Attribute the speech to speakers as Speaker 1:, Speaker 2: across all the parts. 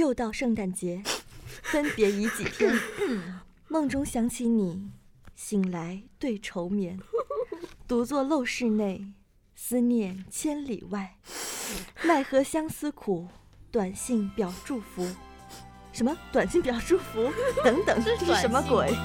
Speaker 1: 又到圣诞节，分别已几天。梦中想起你，醒来对愁眠。独坐陋室内，思念千里外。奈何相思苦，短信表祝福。什么短信表祝福？等等，这是什么鬼？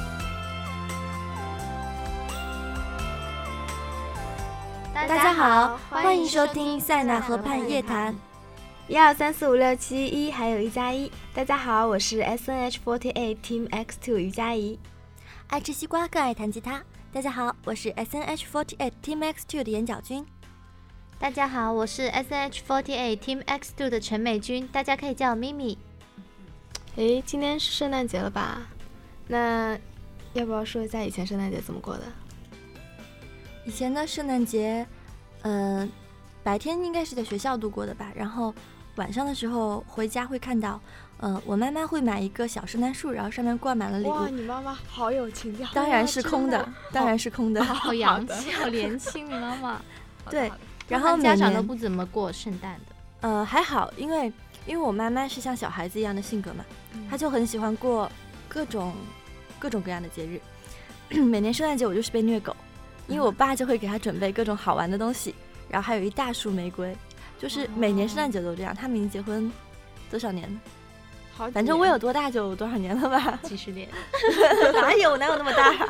Speaker 1: 大家好，欢迎收听塞纳河畔夜谈。
Speaker 2: 1234567还有1+1。大家好，我是 SNH48 Team X2 于佳怡。
Speaker 1: 爱吃西瓜更爱弹吉他。大家好，我是 SNH48 Team X2 的眼角君。
Speaker 3: 大家好，我是 SNH48 Team X2 的陈美君，大家可以叫我咪咪。
Speaker 2: 今天是圣诞节了吧？那要不要说一下以前圣诞节怎么过的？
Speaker 1: 以前的圣诞节，白天应该是在学校度过的吧，然后晚上的时候回家会看到，我妈妈会买一个小圣诞树，然后上面挂满了礼物。
Speaker 2: 哇，你妈妈好有情调。
Speaker 1: 当然是空的，当然是空的。
Speaker 3: 好洋气，好年轻，你妈妈。
Speaker 1: 对，然后
Speaker 3: 家长都不怎么过圣诞的。
Speaker 1: 还好，因为我妈妈是像小孩子一样的性格嘛，她就很喜欢过各种各样的节日。每年圣诞节我就是被虐狗，因为我爸就会给她准备各种好玩的东西，然后还有一大束玫瑰，就是每年圣诞节都这样。他们已经结婚多少年了？反正我有多大就有多少年了吧？
Speaker 3: 几十年。
Speaker 1: 哪有那么大？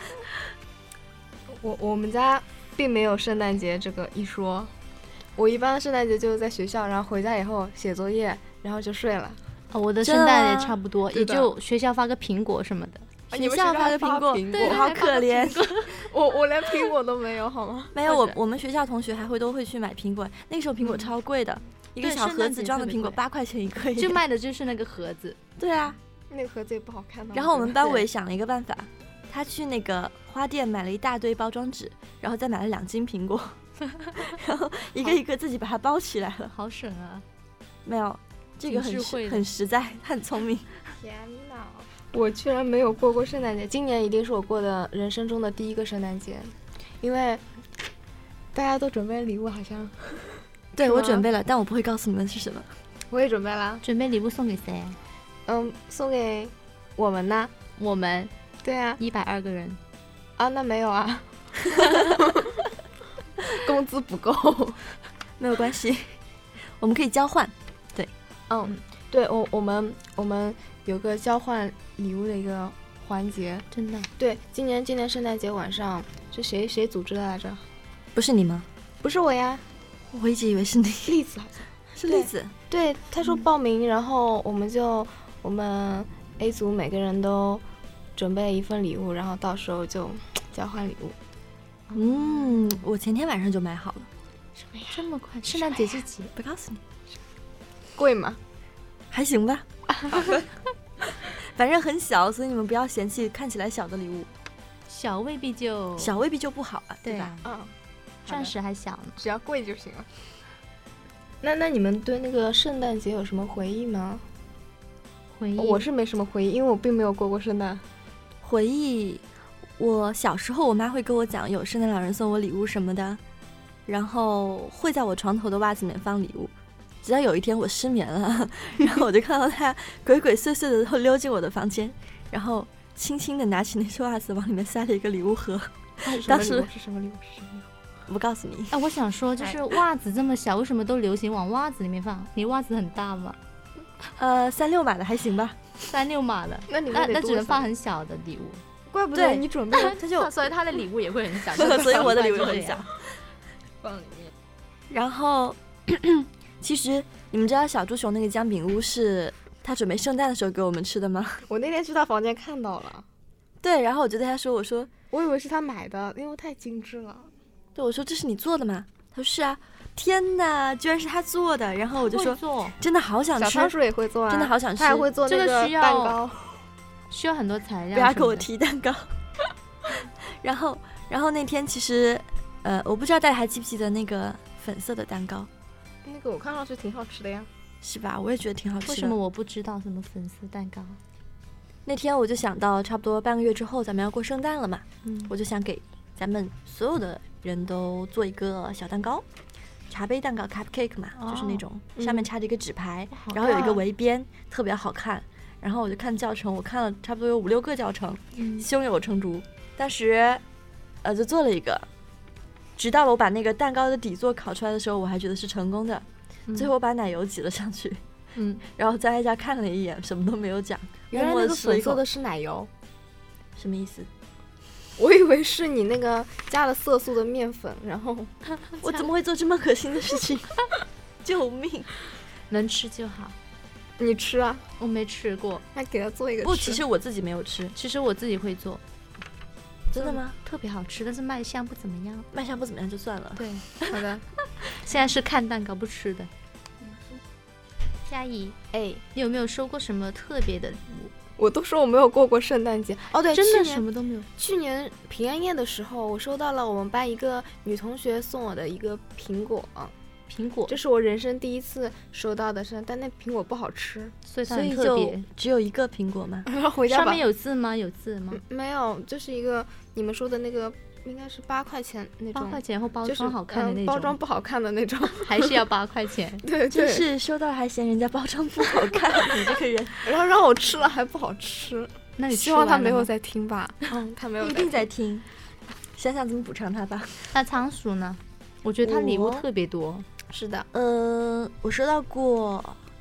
Speaker 2: 我们家并没有圣诞节这个一说。我一般圣诞节就是在学校，然后回家以后写作业，然后就睡了。
Speaker 3: 我的圣诞也差不多，也就学校发个苹果什么的。
Speaker 1: 学校发个苹果，对，好可怜。
Speaker 2: 我连苹果都没有，好吗？
Speaker 1: 没有，我们学校同学都会去买苹果，那个时候苹果超贵的，一个小盒子装的苹果8块钱一个，
Speaker 3: 就卖的就是那个盒子。
Speaker 1: 对啊，
Speaker 2: 那个盒子也不好看。
Speaker 1: 然后我们班委想了一个办法，他去那个花店买了一大堆包装纸，然后再买了2斤苹果，然后一个一个自己把它包起来了。
Speaker 3: 好省啊！
Speaker 1: 没有，这个很实在，很聪明。
Speaker 2: 天哪！我居然没有过圣诞节，今年一定是我过的人生中的第一个圣诞节，因为大家都准备礼物，好像。
Speaker 1: 对，我准备了，但我不会告诉你们是什么。
Speaker 2: 我也准备了。
Speaker 3: 准备礼物送给谁？
Speaker 2: 送给我们呢。
Speaker 3: 我们？
Speaker 2: 对啊
Speaker 3: ，120个人。
Speaker 2: 啊，那没有啊。工资不够。
Speaker 1: 没有关系，我们可以交换。对，
Speaker 2: 对，我们有个交换礼物的一个环节。
Speaker 3: 真的？
Speaker 2: 对，今年圣诞节晚上是谁组织的来着？
Speaker 1: 不是你吗？
Speaker 2: 不是我呀，
Speaker 1: 我一直以为是你。
Speaker 2: 栗子好像
Speaker 1: 是栗子。
Speaker 2: 对，他说报名，然后我们 A 组每个人都准备一份礼物，然后到时候就交换礼物。
Speaker 1: 我前天晚上就买好了。
Speaker 2: 什么呀？
Speaker 3: 这么快？圣诞节是几？
Speaker 1: 不告诉你。
Speaker 2: 贵吗？
Speaker 1: 还行吧。反正很小，所以你们不要嫌弃看起来小的礼物。
Speaker 3: 小未必就
Speaker 1: 不好啊，对吧？
Speaker 3: 钻石还小呢，
Speaker 2: 只要贵就行了。那你们对那个圣诞节有什么回忆吗？
Speaker 3: 回忆
Speaker 2: 我是没什么回忆，因为我并没有过圣诞。
Speaker 1: 回忆，我小时候我妈会跟我讲有圣诞老人送我礼物什么的，然后会在我床头的袜子里面放礼物。直到有一天我失眠了，然后我就看到他鬼鬼祟祟的溜进我的房间，然后轻轻的拿起那双袜子往里面塞了一个礼物盒。当时
Speaker 2: 是什么礼物？
Speaker 1: 我告诉你。
Speaker 3: 我想说，就是袜子这么小，为什么都流行往袜子里面放？你袜子很大吗
Speaker 1: ？36码的还行吧。
Speaker 3: 36码的，那只能放很小的礼物。
Speaker 2: 怪不得你准备了，
Speaker 1: 他就
Speaker 3: 所以他的礼物也会很小，
Speaker 1: 所以我的礼物也很小，
Speaker 2: 放里面。
Speaker 1: 然后。其实你们知道小猪熊那个姜饼屋是他准备圣诞的时候给我们吃的吗？
Speaker 2: 我那天去他房间看到了。
Speaker 1: 对，然后我就对他说，
Speaker 2: 我以为是他买的，因为太精致了。
Speaker 1: 对，我说这是你做的吗？他说是啊。天哪，居然是他做的！然后我就说真的好想吃。
Speaker 2: 小仓鼠也会做啊，
Speaker 1: 真的好想吃。
Speaker 2: 他还会做那个蛋糕，
Speaker 3: 需要很多材料。
Speaker 1: 不要给我提蛋糕。然后那天其实我不知道大家还记不记得那个粉色的蛋糕。
Speaker 2: 那个我看上去挺好吃的呀。
Speaker 1: 是吧？我也觉得挺好吃的。
Speaker 3: 为什么我不知道什么粉丝蛋糕？
Speaker 1: 那天我就想到差不多半个月之后咱们要过圣诞了嘛，我就想给咱们所有的人都做一个小蛋糕， 茶杯蛋糕 cupcake 嘛，就是那种上面插着一个纸牌，
Speaker 2: 嗯、
Speaker 1: 然后有一个围边，特别好看。然后我就看教程，我看了差不多有5-6个教程，胸有成竹。当时就做了一个，直到我把那个蛋糕的底座烤出来的时候，我还觉得是成功的。最后我把奶油挤了上去，然后在家看了一眼，什么都没有讲。
Speaker 2: 原来那个粉色的是奶油，
Speaker 1: 什么意思？
Speaker 2: 我以为是你那个加了色素的面粉，然后
Speaker 1: 我怎么会做这么可心的事情？救命！
Speaker 3: 能吃就好。
Speaker 2: 你吃啊？
Speaker 3: 我没吃过。
Speaker 2: 那给他做一个吃。
Speaker 1: 不，其实我自己没有吃，
Speaker 3: 其实我自己会做。
Speaker 1: 真的吗？
Speaker 3: 特别好吃，但是卖相不怎么样。
Speaker 1: 卖相不怎么样就算了。
Speaker 3: 对，
Speaker 2: 好的。
Speaker 3: 现在是看蛋糕不吃的。佳怡，
Speaker 2: 哎，
Speaker 3: 你有没有收过什么特别的礼物？
Speaker 2: 我都说我没有过过圣诞节。哦，对，
Speaker 3: 真的什么都没有。
Speaker 2: 去年平安夜的时候，我收到了我们班一个女同学送我的一个苹果。
Speaker 3: 苹果，
Speaker 2: 这是我人生第一次收到的，但那苹果不好吃，
Speaker 3: 所以就
Speaker 1: 只有一个苹果吗？
Speaker 2: 然后回家
Speaker 3: 上面有字吗？有字吗？
Speaker 2: 没有，就是一个你们说的那个，应该是8块钱那种。
Speaker 3: 8块钱后包装好看的那种，
Speaker 2: 包装不好看的那种，
Speaker 3: 还是要8块钱。
Speaker 2: 对，
Speaker 1: 就是收到还嫌人家包装不好看，你这个人。
Speaker 2: 然后让我吃了还不好吃，
Speaker 3: 那你
Speaker 2: 希望他没有在听吧？他没有，
Speaker 1: 一定在听。想想怎么补偿他吧。
Speaker 3: 那仓鼠呢？我觉得他礼物特别多。
Speaker 2: 是的，
Speaker 1: 我收到过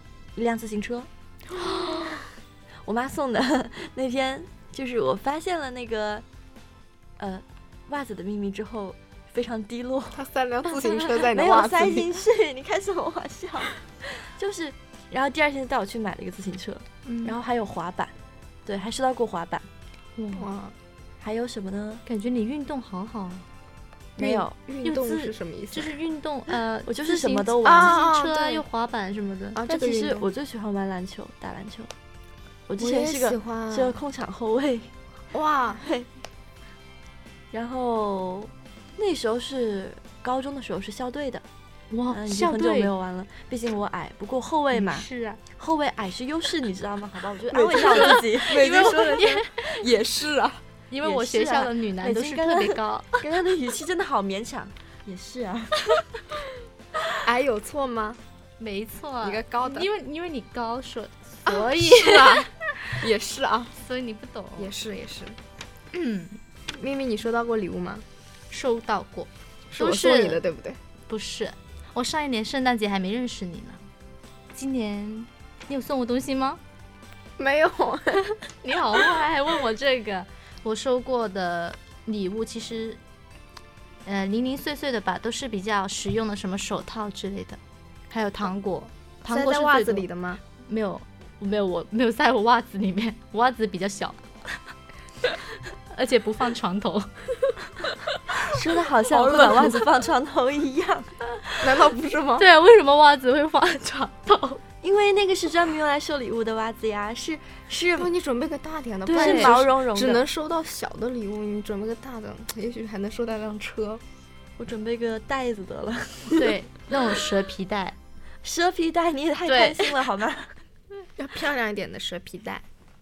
Speaker 1: 1辆自行车，我妈送的。那天就是我发现了那个袜子的秘密之后，非常低落。
Speaker 2: 他3辆自行车在你的袜子里，
Speaker 1: 没有塞进去，你开什么玩笑？就是，然后第2天带我去买了一个自行车，然后还有滑板，对，还收到过滑板。
Speaker 2: 哇，
Speaker 1: 还有什么呢？
Speaker 3: 感觉你运动好好。
Speaker 1: 没有，
Speaker 2: 运动是什么意思？
Speaker 3: 就是运动，
Speaker 1: 我就是什么都玩，
Speaker 3: 自行车又滑板什么的。
Speaker 1: 但其实我最喜欢玩篮球，打篮球。我之前是个控场后卫。
Speaker 2: 哇，
Speaker 1: 然后那时候是高中的时候是校队的。
Speaker 3: 哇，
Speaker 1: 已经很久没有玩了，毕竟我矮。不过后卫嘛，
Speaker 3: 是啊，
Speaker 1: 后卫矮是优势，你知道吗？好吧，我就安慰一下我自己。
Speaker 2: 因为说的也是啊。
Speaker 3: 因为我学校的女篮都是特别高，
Speaker 1: 刚刚的语气真的好勉强。也是啊，
Speaker 2: 矮有错吗？
Speaker 3: 没错，
Speaker 2: 一个高的，
Speaker 3: 因为你高，所以
Speaker 2: 是啊，也是啊，
Speaker 3: 所以你不懂，
Speaker 2: 也是。咪咪，你收到过礼物吗？
Speaker 3: 收到过，
Speaker 2: 是我送你的，对不对？
Speaker 3: 不是，我上一年圣诞节还没认识你呢。今年你有送我东西吗？
Speaker 2: 没有。
Speaker 3: 你好坏，还问我这个。我收过的礼物其实，零零碎碎的吧，都是比较实用的，什么手套之类的，还有糖果。糖果是
Speaker 2: 塞在袜子里的吗？
Speaker 3: 没有，我没有塞我袜子里面，我袜子比较小，而且不放床头。
Speaker 1: 说的好像不把袜子放床头一样，
Speaker 2: 难道不是吗？
Speaker 3: 对啊，为什么袜子会放床头？
Speaker 1: 因为那个是专门用来收礼物的袜子呀，是。
Speaker 2: 不，你准备个大点的，
Speaker 1: 对，是毛茸茸的，
Speaker 2: 只能收到小的礼物。你准备个大的，也许还能收到辆车。
Speaker 1: 我准备个袋子得了。
Speaker 3: 对，那种蛇皮袋。
Speaker 1: 蛇皮袋你也太贪心了好吗？
Speaker 2: 要漂亮一点的蛇皮袋。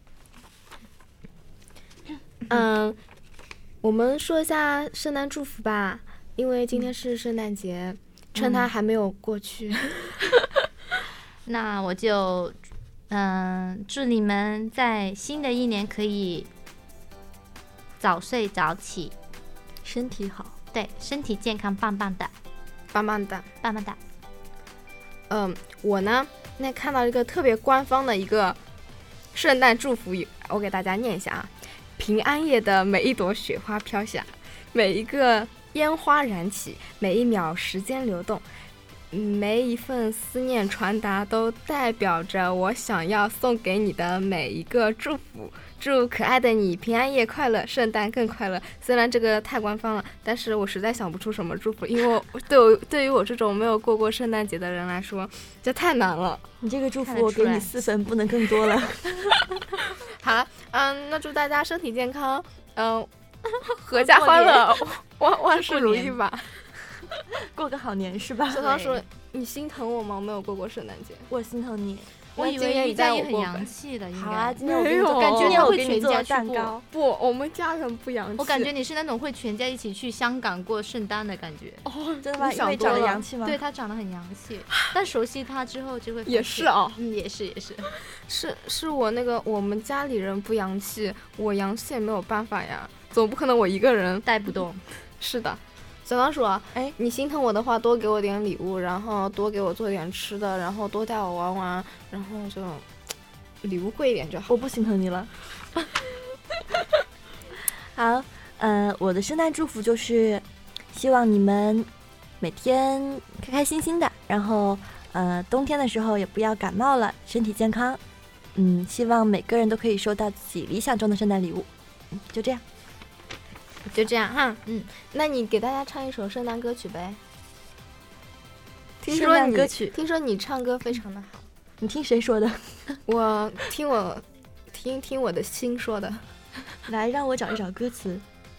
Speaker 2: 我们说一下圣诞祝福吧，因为今天是圣诞节，趁它还没有过去。
Speaker 3: 那我就祝你们在新的一年可以早睡早起，
Speaker 1: 身体好，
Speaker 3: 对，身体健康，棒棒的，
Speaker 2: 棒棒的，
Speaker 3: 棒棒的。
Speaker 2: 我呢，那看到一个特别官方的一个圣诞祝福语，我给大家念一下啊：平安夜的每一朵雪花飘下，每一个烟花燃起，每一秒时间流动。每一份思念传达都代表着我想要送给你的每一个祝福。祝可爱的你平安夜快乐，圣诞更快乐。虽然这个太官方了，但是我实在想不出什么祝福，因为对于我这种没有过过圣诞节的人来说，这太难了。
Speaker 1: 你这个祝福我给你4分，不能更多了。
Speaker 2: 好了，那祝大家身体健康，阖家欢乐，万事如意吧。
Speaker 1: 过个好年是吧？
Speaker 2: 小唐说：“你心疼我吗？我没有过过圣诞节。”
Speaker 1: 我心疼你。
Speaker 3: 我以为于佳怡很洋气的，应
Speaker 1: 好啊，
Speaker 3: 该。
Speaker 1: 今天我给你
Speaker 2: 没有
Speaker 1: 做，
Speaker 3: 感觉
Speaker 1: 今天我
Speaker 3: 你会
Speaker 1: 给你做了
Speaker 3: 全家去过
Speaker 1: 蛋糕。
Speaker 2: 不，我们家人不洋气。
Speaker 3: 我感觉你是那种会全家一起去香港过圣诞的感觉。
Speaker 2: 哦，
Speaker 1: 真的吗？
Speaker 2: 你想
Speaker 1: 因为长得
Speaker 2: 多了
Speaker 1: 洋气吗？
Speaker 3: 对，他长得很洋气，但熟悉他之后就会发
Speaker 2: 也
Speaker 3: 现
Speaker 2: 是啊，
Speaker 3: 也是。
Speaker 2: 是我那个我们家里人不洋气，我洋气也没有办法呀，总不可能我一个人
Speaker 3: 带不动。
Speaker 2: 是的。小仓鼠啊，
Speaker 1: 哎，
Speaker 2: 你心疼我的话，多给我点礼物，然后多给我做点吃的，然后多带我玩玩，然后就礼物贵一点就好。
Speaker 1: 我不心疼你了。好，我的圣诞祝福就是希望你们每天开开心心的，然后冬天的时候也不要感冒了，身体健康。希望每个人都可以收到自己理想中的圣诞礼物。就这样。
Speaker 2: 就这样哈，那你给大家唱一首圣诞歌曲呗。听
Speaker 1: 圣
Speaker 2: 说你
Speaker 1: 诞歌曲，
Speaker 2: 听说你唱歌非常的好，
Speaker 1: 你听谁说的？
Speaker 2: 我听我的心说的。
Speaker 1: 来，让我找一找歌词。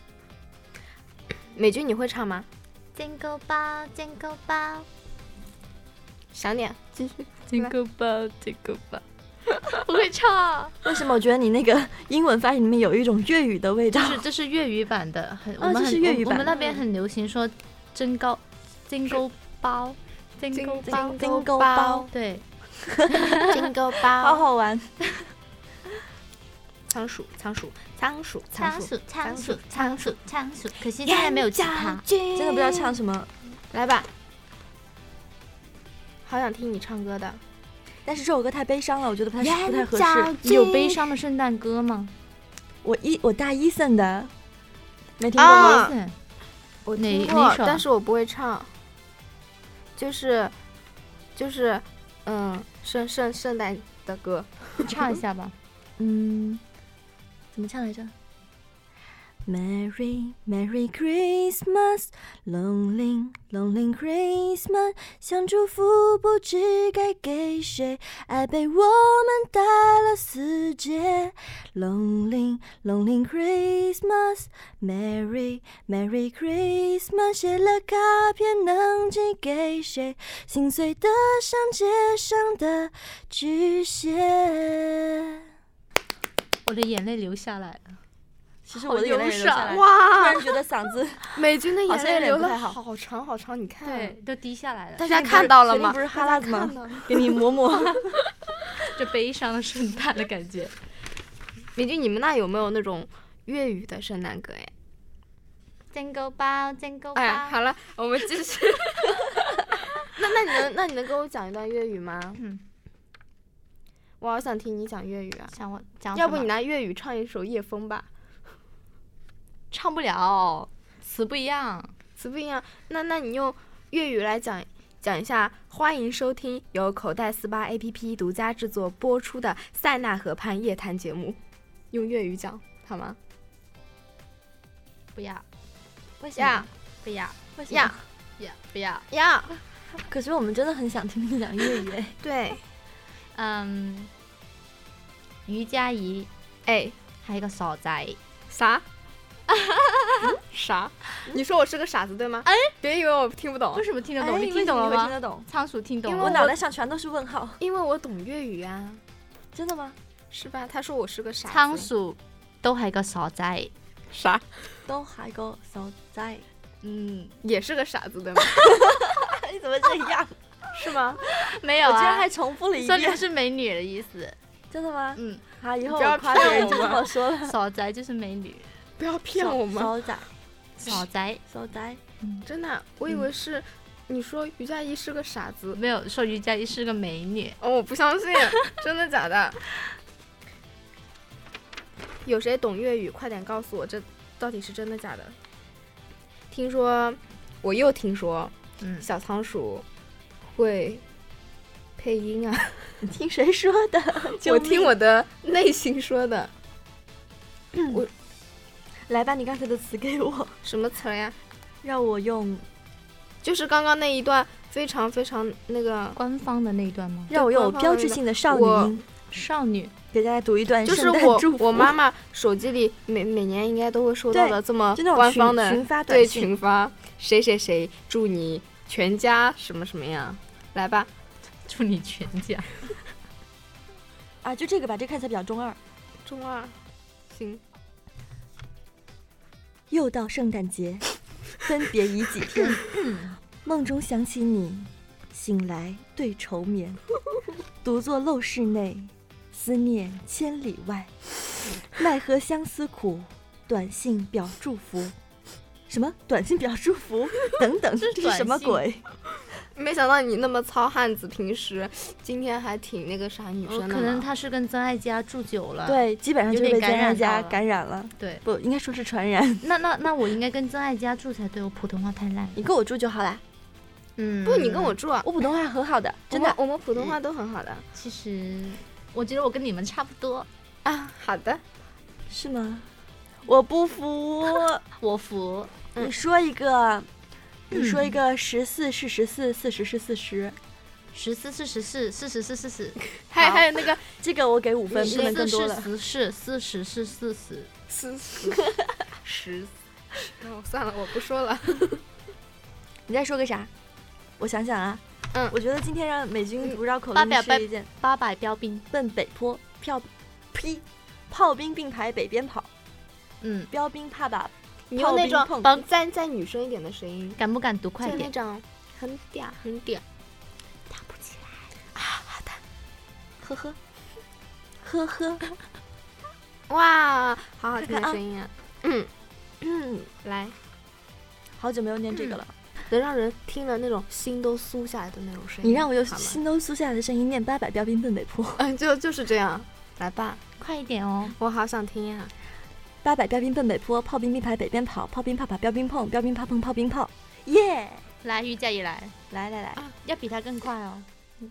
Speaker 2: 美君你会唱吗？
Speaker 3: 金钩包，金钩包，
Speaker 2: 想点，继续。
Speaker 3: 金钩包，金钩包。不会唱，
Speaker 1: 为什么我觉得你那个英文发音里面有一种粤语的味道？
Speaker 3: 这是粤语版的，我们
Speaker 1: 这是粤语版
Speaker 3: 我们那边很流行说金钩包，金钩包，
Speaker 1: 金钩包，
Speaker 3: 对，
Speaker 2: 金钩
Speaker 1: 好
Speaker 2: 包，
Speaker 1: 好玩。
Speaker 2: 仓鼠，
Speaker 3: 可惜现在没有吉他。
Speaker 1: 真的不知道唱什么，
Speaker 2: 来吧。好想听你唱歌的。
Speaker 1: 但是这首歌太悲伤了，我觉得不太合适。
Speaker 3: 有悲伤的圣诞歌吗？
Speaker 1: 我大一生的，没听过吗？
Speaker 2: 我
Speaker 3: 哪
Speaker 2: 听过，
Speaker 3: 首啊
Speaker 2: 但是我不会唱。就是圣诞的歌。
Speaker 3: 你唱一下吧。
Speaker 1: 怎么唱来着？Merry Merry Christmas, Lonely Lonely Christmas， 想祝福不知该给谁，爱被我们带了四界。Lonely Lonely Christmas, Merry Merry Christmas， 写了卡片能寄给谁？心碎的像街上的巨蟹。
Speaker 3: 我的眼泪流下来了。
Speaker 1: 其实我的眼泪也流下来，
Speaker 2: 哇
Speaker 1: 突然觉得嗓子
Speaker 2: 美君的眼泪流了
Speaker 1: 好像有点不太好
Speaker 2: 好长好长，你看，
Speaker 3: 对，都滴下来了。
Speaker 2: 大家看到了吗？
Speaker 1: 肯定不是哈喇子吗
Speaker 2: 大家看到了？
Speaker 1: 给你抹抹。
Speaker 3: 这悲伤的圣诞的感觉。
Speaker 2: 美君，你们那有没有那种粤语的圣诞歌呀？
Speaker 3: 金钩包，金钩包。
Speaker 2: 哎，好了，我们继续。那你能给我讲一段粤语吗？我好想听你讲粤语啊！
Speaker 3: 想我讲什么？
Speaker 2: 要不你拿粤语唱一首《夜风》吧？
Speaker 3: 唱不了，词不一样。
Speaker 2: 词不一样，那你用粤语来讲一下。欢迎收听由口袋48 APP 独家制作播出的塞纳河畔夜谈节目，用粤语讲好吗？
Speaker 3: 不要，
Speaker 1: 为什么？
Speaker 3: 不要，
Speaker 1: 为什么？
Speaker 3: 不要。
Speaker 2: 呀，
Speaker 1: 可是我们真的很想听你讲粤语哎。
Speaker 2: 对，
Speaker 3: 于嘉怡係個傻仔。
Speaker 2: 啥？啥？你说我是个傻子对吗？哎，别以为我听不懂
Speaker 3: 为。什么听得懂？你
Speaker 1: 为什么
Speaker 3: 听懂了吗？
Speaker 1: 会听得懂？
Speaker 3: 仓鼠听懂了。
Speaker 1: 我脑袋上全都是问号。
Speaker 2: 因为我懂粤语啊。
Speaker 1: 真的吗？
Speaker 2: 是吧？他说我是个傻子。
Speaker 3: 仓鼠都係個傻仔。
Speaker 2: 啥？
Speaker 1: 都还个傻仔。
Speaker 2: 也是个傻子对吗？
Speaker 1: 你怎么这样？
Speaker 2: 是吗？
Speaker 3: 沒有啊
Speaker 1: 我居然还，重复了一遍。
Speaker 3: 說你是美女的意思。
Speaker 1: 真的吗？
Speaker 3: 嗯，
Speaker 1: 好，以后
Speaker 2: 不要
Speaker 1: 我夸别人
Speaker 2: 骗我
Speaker 1: 就这么说了。
Speaker 3: 傻仔就是美女。
Speaker 2: 不要骗我们！
Speaker 1: 傻仔，
Speaker 3: 傻仔
Speaker 1: 傻仔。
Speaker 2: 真的啊，我以为是你说于佳怡是个傻子。
Speaker 3: 沒有說於嘉怡是個美女。
Speaker 2: 哦，我不相信，真的假的？有谁懂粤语？快点告诉我，这到底是真的假的？我又听说，小仓鼠会配音啊！
Speaker 1: 你听谁说的？
Speaker 2: 我听我的内心说的。
Speaker 1: 来把你刚才的词给我，
Speaker 2: 什么词呀？
Speaker 1: 让我用，
Speaker 2: 就是刚刚那一段非常非常那个，
Speaker 3: 官方的那一段嗎？
Speaker 1: 让我用标志性的少女音，
Speaker 3: 少女。
Speaker 1: 给大家读一段
Speaker 2: 就是
Speaker 1: 圣诞祝福。
Speaker 2: 我妈妈手机里每年应该都会收到的这么
Speaker 1: 就那种
Speaker 2: 官方的
Speaker 1: 群发短
Speaker 2: 对
Speaker 1: 信
Speaker 2: 群发，谁谁谁祝你全家什么什么呀？来吧，
Speaker 3: 祝你全家。
Speaker 1: 啊，就这个吧，这看起来比较中二。
Speaker 2: 中二，行。
Speaker 1: 又到圣诞节，分别已几天，梦中想起你，醒来对愁眠，独坐陋室内，思念千里外。奈何相思苦，短信表祝福。什么短信表祝福？等等，这是什么鬼？
Speaker 2: 没想到你那么糙汉子，平时今天还挺那个啥女生的呢。
Speaker 3: 可能他是跟曾爱佳住久了，
Speaker 1: 对，基本上就是被曾爱佳
Speaker 3: 感
Speaker 1: 感染了。
Speaker 3: 对，
Speaker 1: 不应该说是传染。
Speaker 3: 那我应该跟曾爱佳住才对，我普通话太烂。
Speaker 1: 你跟我住就好啦。
Speaker 2: 不，你跟我住啊，
Speaker 1: 我普通话很好的，真的，
Speaker 2: 我们普通话都很好的。
Speaker 3: 其实我觉得我跟你们差不多
Speaker 2: 啊。好的，
Speaker 1: 是吗？我不服，
Speaker 3: 我服。
Speaker 1: 你说一个。你说一个14是14，40是40，14
Speaker 3: 是14，40是40，
Speaker 2: 还有那个
Speaker 1: 这个我给5分，不能更多了。
Speaker 3: 14是40是40，
Speaker 2: 10。算了，我不说了。
Speaker 1: 你再说个啥？我想想啊。我觉得今天让美军读绕口令是一件
Speaker 3: 800标兵
Speaker 1: 奔北坡，炮兵并排北边跑。标兵怕把。
Speaker 2: 你用那种再女生一点的声音，
Speaker 3: 敢不敢读快点？
Speaker 2: 就那种很嗲很嗲，打不起来啊！好的，
Speaker 1: 呵呵，
Speaker 2: 哇，好好听的声音啊！来，
Speaker 1: 好久没有念这个了，
Speaker 2: 能让人听了那种心都酥下来的那种声音。
Speaker 1: 你让我有心都酥下来的声音念800标兵奔北坡。
Speaker 2: 就是这样，来吧，
Speaker 3: 快一点哦，
Speaker 2: 我好想听呀。
Speaker 1: 800标兵奔北坡，炮兵并排北边跑，炮兵怕把标兵碰，标兵怕碰炮兵炮。耶！
Speaker 3: 来，玉佳也来，
Speaker 1: 来，
Speaker 3: 要比他更快哦。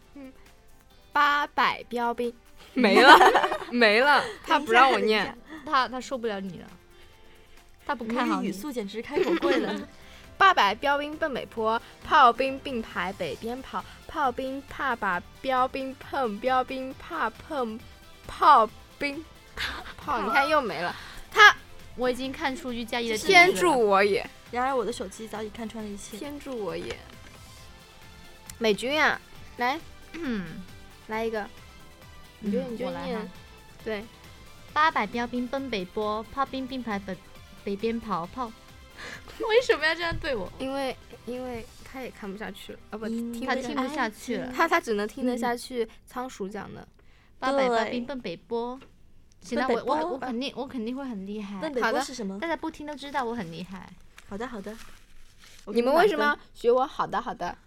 Speaker 2: 800标兵没了，他不让我念，
Speaker 3: 他受不了你了，他不看好你。
Speaker 1: 语速简直开口跪了。
Speaker 2: 800标兵奔北坡，炮兵并排北边跑，炮兵怕把标兵碰，标兵怕碰炮兵炮，你看又没了。
Speaker 3: 我已经看出玉佳怡的
Speaker 2: 天助我也！
Speaker 1: 然而我的手机早已看穿了一切。
Speaker 2: 天助我也！美军啊，来，来一个，你就念，对
Speaker 3: ，800标兵奔北坡，炮兵并排北边跑，为什么要这样对我？
Speaker 2: 因为他也看不下去了，
Speaker 3: 他听不下去了，
Speaker 2: 他只能听得下去仓鼠讲的
Speaker 3: 800标兵奔北坡。行了，我肯定会很厉害。
Speaker 1: 奔北坡是什么？
Speaker 3: 大家不听都知道我很厉害。
Speaker 1: 好的。
Speaker 2: 你们为什么要学我？好的。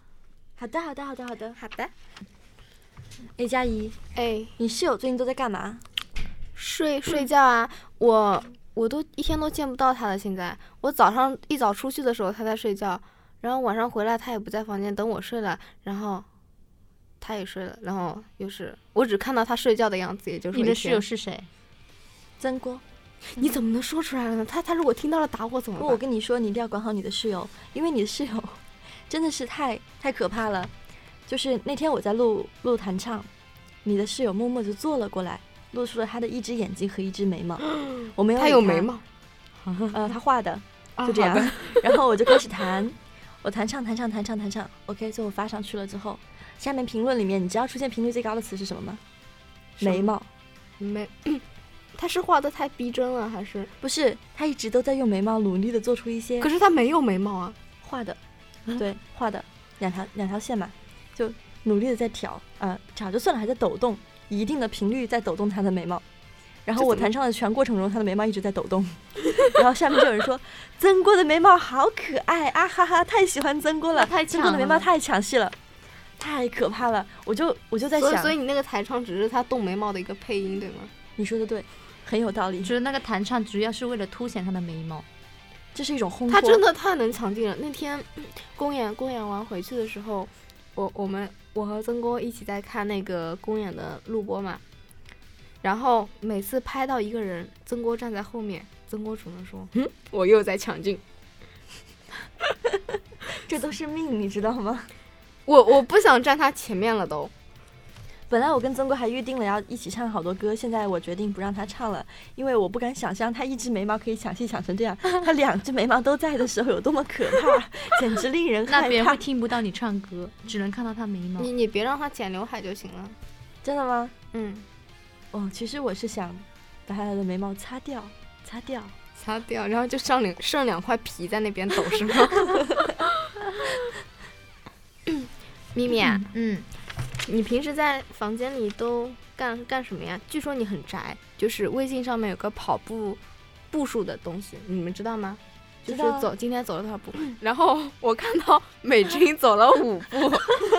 Speaker 1: 哎，佳怡，你室友最近都在干嘛？
Speaker 2: 睡觉啊，我都一天都见不到他了。现在我早上一早出去的时候他在睡觉，然后晚上回来他也不在房间，等我睡了，然后他也睡了，然后又是我只看到他睡觉的样子，也就是
Speaker 3: 你的室友是谁？
Speaker 1: 曾郭。
Speaker 2: 你怎么能说出来了呢？他如果听到了打我怎么办？
Speaker 1: 我跟你说，你一定要管好你的室友，因为你的室友真的是太可怕了。就是那天我在录弹唱，你的室友默默就坐了过来，露出了他的一只眼睛和一只眉毛。我没有，
Speaker 2: 他有眉毛，
Speaker 1: 他画的，就这样。然后我就开始弹，我弹唱 ，OK， 最后发上去了之后，下面评论里面，你知道出现频率最高的词是什么吗？眉毛。
Speaker 2: 他是画的太逼真了，还是
Speaker 1: 不是？他一直都在用眉毛努力的做出一些，
Speaker 2: 可是他没有眉毛啊，
Speaker 1: 画的，对，画的两条线嘛，就努力的在挑就算了，还在抖动，以一定的频率在抖动他的眉毛。然后我弹唱的全过程中，他的眉毛一直在抖动。然后下面就有人说，曾郭的眉毛好可爱啊哈哈，太喜欢曾郭了，曾郭的眉毛太抢戏了，太可怕了。我就在想，
Speaker 2: 所以你那个弹唱只是他动眉毛的一个配音，对吗？
Speaker 1: 你说的对，很有道理。
Speaker 3: 觉得那个弹唱主要是为了凸显他的眉毛，
Speaker 1: 这是一种烘托。
Speaker 2: 他真的太能抢镜了。那天公演完回去的时候，我和曾郭一起在看那个公演的录播嘛，然后每次拍到一个人，曾郭站在后面，曾郭只能说我又在抢镜。
Speaker 1: 这都是命，你知道吗？
Speaker 2: 我不想站他前面了都。
Speaker 1: 本来我跟曾郭还预定了要一起唱好多歌，现在我决定不让他唱了，因为我不敢想象他一只眉毛可以抢戏抢成这样，他2只眉毛都在的时候有多么可怕，简直令人害怕。
Speaker 3: 那别人会听不到你唱歌，只能看到他眉毛。
Speaker 2: 你别让他剪刘海就行了。
Speaker 1: 真的吗？ 哦，其实我是想把他的眉毛擦掉，
Speaker 2: 然后就剩2块皮在那边抖是吗？咪咪啊，你平时在房间里都干什么呀？据说你很宅，就是微信上面有个跑步步数的东西，你们知道吗？就是今天走了多少步，然后我看到美君走了5步，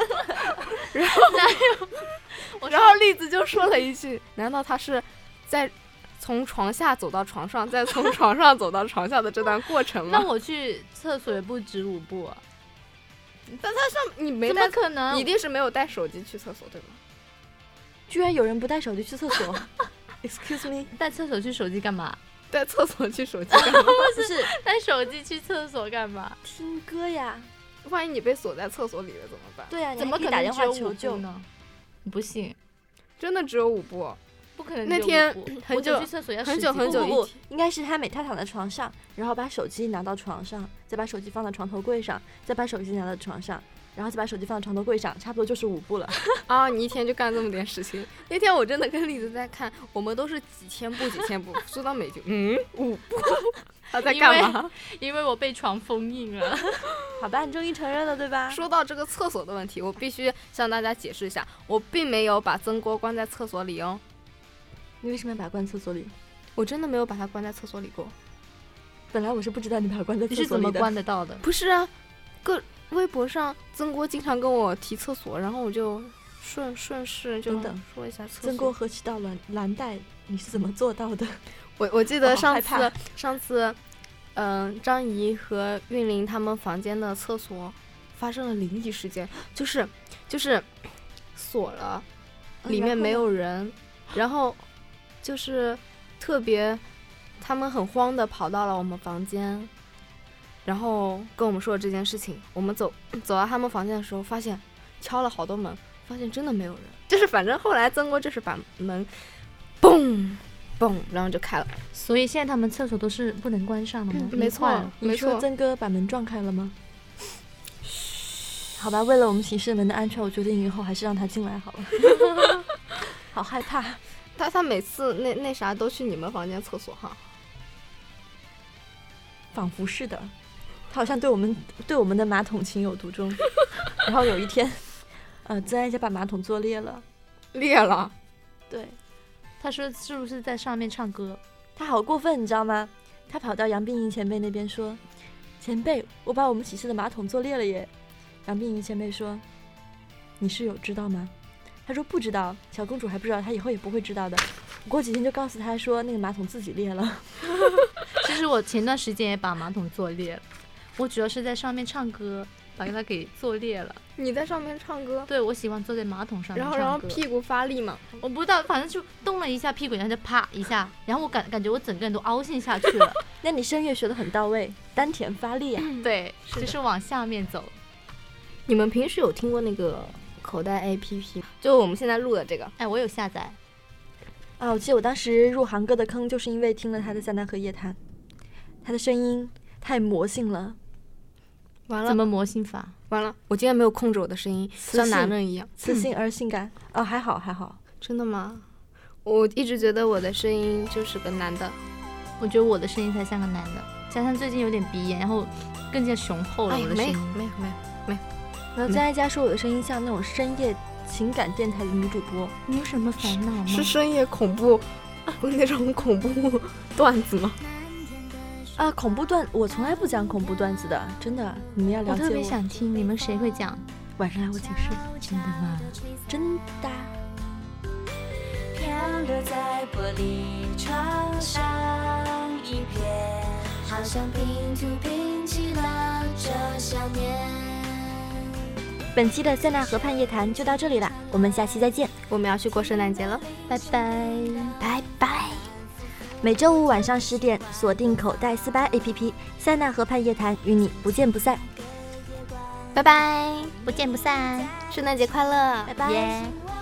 Speaker 2: 然后栗子就说了一句：“难道他是在从床下走到床上，再从床上走到床下的这段过程吗？”
Speaker 3: 那我去厕所也不止5步啊。
Speaker 2: 但他上你没
Speaker 3: 怎
Speaker 2: 带，
Speaker 3: 么可能？
Speaker 2: 你一定是没有带手机去厕所对吗？
Speaker 1: 居然有人不带手机去厕所？Excuse me，
Speaker 3: 带厕所去手机干嘛？
Speaker 2: 带厕所去手机干嘛？
Speaker 1: 不是
Speaker 3: 带手机去厕所干嘛？
Speaker 1: 听歌呀。
Speaker 2: 万一你被锁在厕所里了怎么办？
Speaker 1: 对呀，你
Speaker 3: 怎么可
Speaker 1: 还可以打电
Speaker 3: 能只有5
Speaker 1: 话求救
Speaker 3: 步？呢？你不信？
Speaker 2: 真的只有5步？
Speaker 3: 不可能。
Speaker 2: 那天很久
Speaker 3: 我去厕所要
Speaker 2: 很
Speaker 3: 10几步
Speaker 2: 久很久
Speaker 1: 不，应该是他躺在床上，然后把手机拿到床上，再把手机放到床头柜上，再把手机拿到床上，然后再把手机放到床头柜上，差不多就是5步了。
Speaker 2: 啊！你一天就干这么点事情。那天我真的跟栗子在看，我们都是几千步，说到美君5步，他在干嘛？
Speaker 3: 因为我被床封印了。
Speaker 1: 好吧，你终于承认了对吧？
Speaker 2: 说到这个厕所的问题，我必须向大家解释一下，我并没有把曾国关在厕所里哦。
Speaker 1: 你为什么要把它关厕所里？
Speaker 2: 我真的没有把它关在厕所里过。
Speaker 1: 本来我是不知道你把它关在厕
Speaker 3: 你是怎么
Speaker 1: 所里的。
Speaker 3: 关得到的？
Speaker 2: 不是啊，微博上曾国经常跟我提厕所，然后我就顺势就
Speaker 1: 等等
Speaker 2: 说一下厕所。
Speaker 1: 曾国何其道蓝带，你是怎么做到的？
Speaker 2: 我记得
Speaker 1: 好害怕
Speaker 2: 上次，张怡和韵玲他们房间的厕所发生了灵异事件，就是锁了，里面没有人，然后就是特别，他们很慌的跑到了我们房间，然后跟我们说了这件事情。我们走到他们房间的时候，发现敲了好多门，发现真的没有人。就是反正后来曾国就是把门嘣，然后就开了。
Speaker 3: 所以现在他们厕所都是不能关上的吗？
Speaker 2: 没错
Speaker 3: 坏了
Speaker 1: 你说曾哥把门撞开了吗？好吧，为了我们寝室门的安全，我决定以后还是让他进来好了。好害怕。
Speaker 2: 他每次那啥都去你们房间厕所哈，
Speaker 1: 仿佛是的，他好像对我们的马桶情有独钟。然后有一天，曾安家把马桶坐裂了。
Speaker 2: 裂了。
Speaker 1: 对，
Speaker 3: 他说是不是在上面唱歌？
Speaker 1: 他好过分，你知道吗？他跑到杨碧莹前辈那边说：“前辈，我把我们寝室的马桶坐裂了耶。”杨碧莹前辈说：“你室友知道吗？”他说不知道，小公主还不知道，她以后也不会知道的。我过几天就告诉她说那个马桶自己裂了。
Speaker 3: 其实我前段时间也把马桶坐裂了，我主要是在上面唱歌，把它给坐裂了。
Speaker 2: 你在上面唱歌？
Speaker 3: 对，我喜欢坐在马桶上面唱歌。
Speaker 2: 然后屁股发力嘛？
Speaker 3: 我不知道，反正就动了一下屁股，然后就啪一下，然后我感觉我整个人都凹陷下去了。
Speaker 1: 那你声乐学得很到位，丹田发力啊。
Speaker 3: 对，就是往下面走。
Speaker 2: 你们平时有听过那个口袋 APP， 就我们现在录的这个？
Speaker 3: 哎，我有下载。
Speaker 1: 啊，我记得我当时入航哥的坑，就是因为听了他的《塞纳河夜谈》，他的声音太魔性了。
Speaker 2: 完了，
Speaker 3: 怎么魔性法？
Speaker 2: 完了，我今天没有控制我的声音，像男人一样，
Speaker 1: 磁性而性感。哦，还好还好。
Speaker 2: 真的吗？我一直觉得我的声音就是个男的。
Speaker 3: 我觉得我的声音才像个男的，加上最近有点鼻炎，然后更加雄厚了我的声音。
Speaker 2: 没有。
Speaker 1: 然后曾爱佳说我的声音像那种深夜情感电台的女主播。
Speaker 3: 你有什么烦恼吗？
Speaker 2: 是深夜恐怖那种恐怖段子吗？
Speaker 1: 啊，恐怖段我从来不讲恐怖段子的，真的，你们要了解我。
Speaker 3: 我特别想听，你们谁会讲？
Speaker 1: 晚上来我寝室。
Speaker 3: 真的吗？
Speaker 1: 真的。
Speaker 4: 漂流在玻璃窗上一片，好像拼图拼起了这想念。
Speaker 1: 本期的塞纳河畔夜谈就到这里了，我们下期再见。
Speaker 2: 我们要去过圣诞节了，
Speaker 3: 拜拜，
Speaker 1: 拜拜。每周五晚上10点，锁定口袋48 APP， 塞纳河畔夜谈与你不见不散。
Speaker 2: 拜拜，
Speaker 3: 不见不散，
Speaker 2: 圣诞节快乐，
Speaker 1: 拜拜。
Speaker 3: 耶。